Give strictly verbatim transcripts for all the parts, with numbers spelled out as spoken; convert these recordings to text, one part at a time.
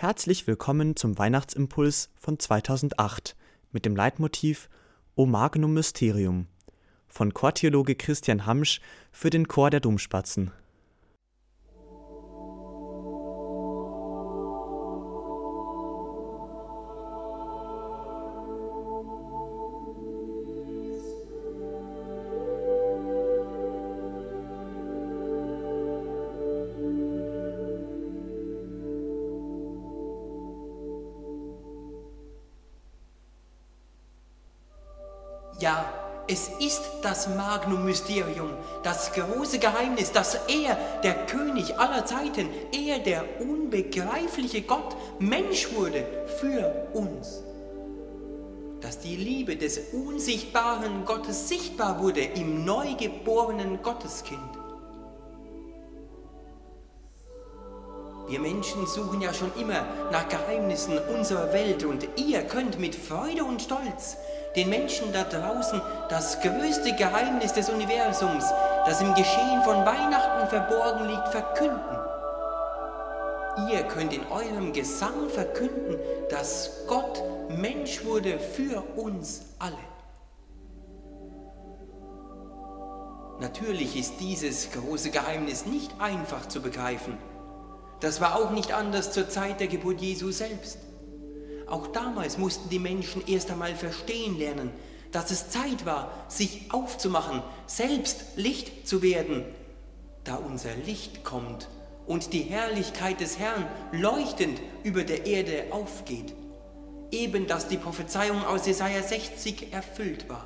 Herzlich willkommen zum Weihnachtsimpuls von zweitausendacht mit dem Leitmotiv O Magnum Mysterium von Chortheologe Christian Hamsch für den Chor der Domspatzen. Ja, es ist das Magnum Mysterium, das große Geheimnis, dass er, der König aller Zeiten, er, der unbegreifliche Gott, Mensch wurde für uns. Dass die Liebe des unsichtbaren Gottes sichtbar wurde im neugeborenen Gotteskind. Wir Menschen suchen ja schon immer nach Geheimnissen unserer Welt und ihr könnt mit Freude und Stolz den Menschen da draußen das größte Geheimnis des Universums, das im Geschehen von Weihnachten verborgen liegt, verkünden. Ihr könnt in eurem Gesang verkünden, dass Gott Mensch wurde für uns alle. Natürlich ist dieses große Geheimnis nicht einfach zu begreifen. Das war auch nicht anders zur Zeit der Geburt Jesu selbst. Auch damals mussten die Menschen erst einmal verstehen lernen, dass es Zeit war, sich aufzumachen, selbst Licht zu werden, da unser Licht kommt und die Herrlichkeit des Herrn leuchtend über der Erde aufgeht. Eben, dass die Prophezeiung aus Jesaja sechzig erfüllt war.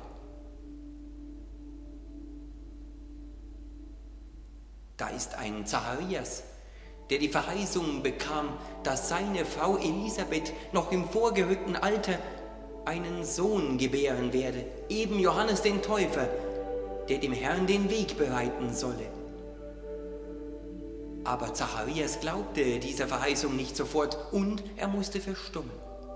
Da ist ein Zacharias, der die Verheißung bekam, dass seine Frau Elisabeth noch im vorgerückten Alter einen Sohn gebären werde, eben Johannes den Täufer, der dem Herrn den Weg bereiten solle. Aber Zacharias glaubte dieser Verheißung nicht sofort und er musste verstummen.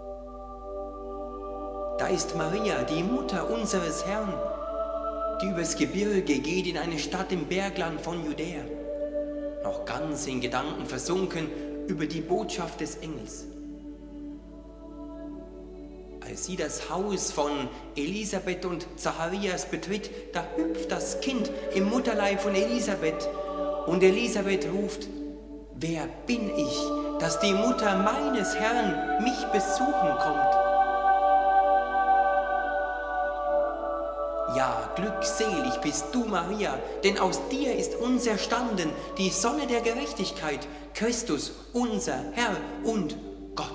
Da ist Maria, die Mutter unseres Herrn, die übers Gebirge geht in eine Stadt im Bergland von Judäa, noch ganz in Gedanken versunken über die Botschaft des Engels. Als sie das Haus von Elisabeth und Zacharias betritt, da hüpft das Kind im Mutterleib von Elisabeth und Elisabeth ruft: Wer bin ich, dass die Mutter meines Herrn mich besuchen kommt? Ja, glückselig bist du, Maria, denn aus dir ist uns erstanden die Sonne der Gerechtigkeit, Christus, unser Herr und Gott.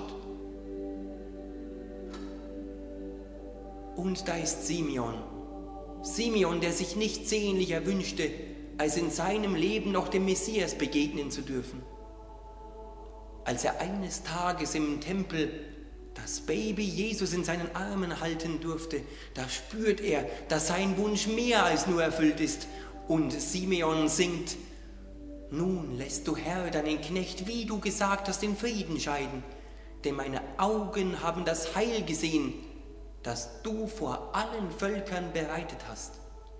Und da ist Simeon, Simeon, der sich nichts sehnlicher wünschte, als in seinem Leben noch dem Messias begegnen zu dürfen. Als er eines Tages im Tempel das Baby Jesus in seinen Armen halten durfte, da spürt er, dass sein Wunsch mehr als nur erfüllt ist. Und Simeon singt: Nun lässt du, Herr, deinen Knecht, wie du gesagt hast, in Frieden scheiden, denn meine Augen haben das Heil gesehen, das du vor allen Völkern bereitet hast.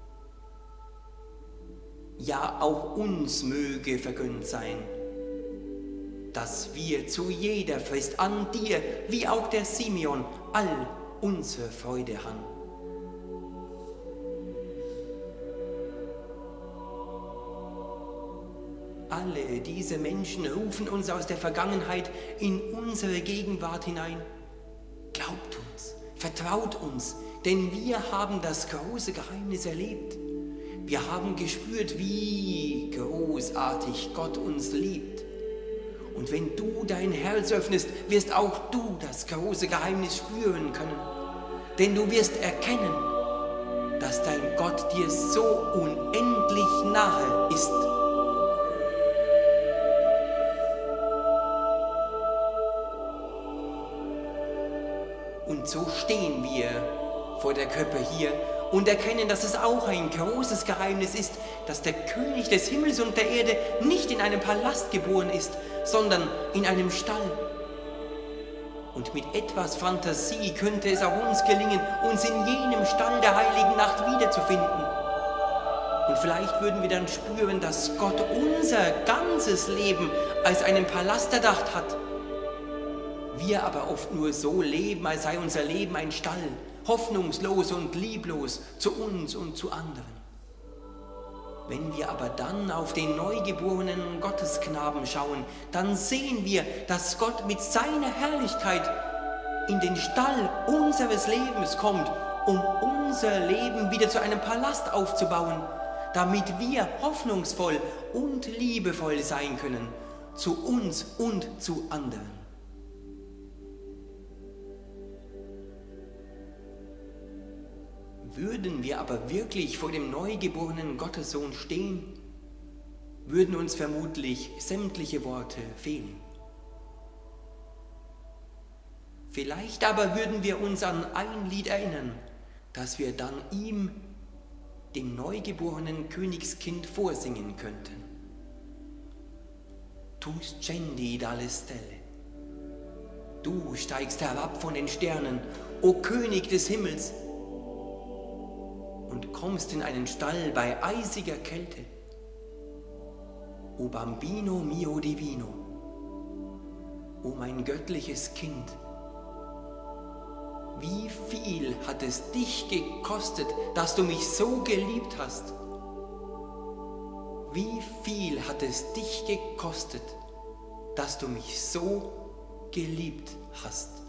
Ja, auch uns möge vergönnt sein, dass wir zu jeder Frist an dir, wie auch der Simeon, all unsere Freude haben. Alle diese Menschen rufen uns aus der Vergangenheit in unsere Gegenwart hinein. Glaubt uns, vertraut uns, denn wir haben das große Geheimnis erlebt. Wir haben gespürt, wie großartig Gott uns liebt. Und wenn du dein Herz öffnest, wirst auch du das große Geheimnis spüren können. Denn du wirst erkennen, dass dein Gott dir so unendlich nahe ist. Und so stehen wir vor der Krippe hier und erkennen, dass es auch ein großes Geheimnis ist, dass der König des Himmels und der Erde nicht in einem Palast geboren ist, sondern in einem Stall. Und mit etwas Fantasie könnte es auch uns gelingen, uns in jenem Stall der heiligen Nacht wiederzufinden. Und vielleicht würden wir dann spüren, dass Gott unser ganzes Leben als einen Palast erdacht hat Wir aber oft nur so leben, als sei unser Leben ein Stall, hoffnungslos und lieblos zu uns und zu anderen. Wenn wir aber dann auf den neugeborenen Gottesknaben schauen, dann sehen wir, dass Gott mit seiner Herrlichkeit in den Stall unseres Lebens kommt, um unser Leben wieder zu einem Palast aufzubauen, damit wir hoffnungsvoll und liebevoll sein können, zu uns und zu anderen. Würden wir aber wirklich vor dem neugeborenen Gottessohn stehen, würden uns vermutlich sämtliche Worte fehlen. Vielleicht aber würden wir uns an ein Lied erinnern, das wir dann ihm, dem neugeborenen Königskind, vorsingen könnten. Tu scendi dalle stelle. Du steigst herab von den Sternen, o König des Himmels, und kommst in einen Stall bei eisiger Kälte. O Bambino mio divino, o mein göttliches Kind, wie viel hat es dich gekostet, dass du mich so geliebt hast? Wie viel hat es dich gekostet, dass du mich so geliebt hast?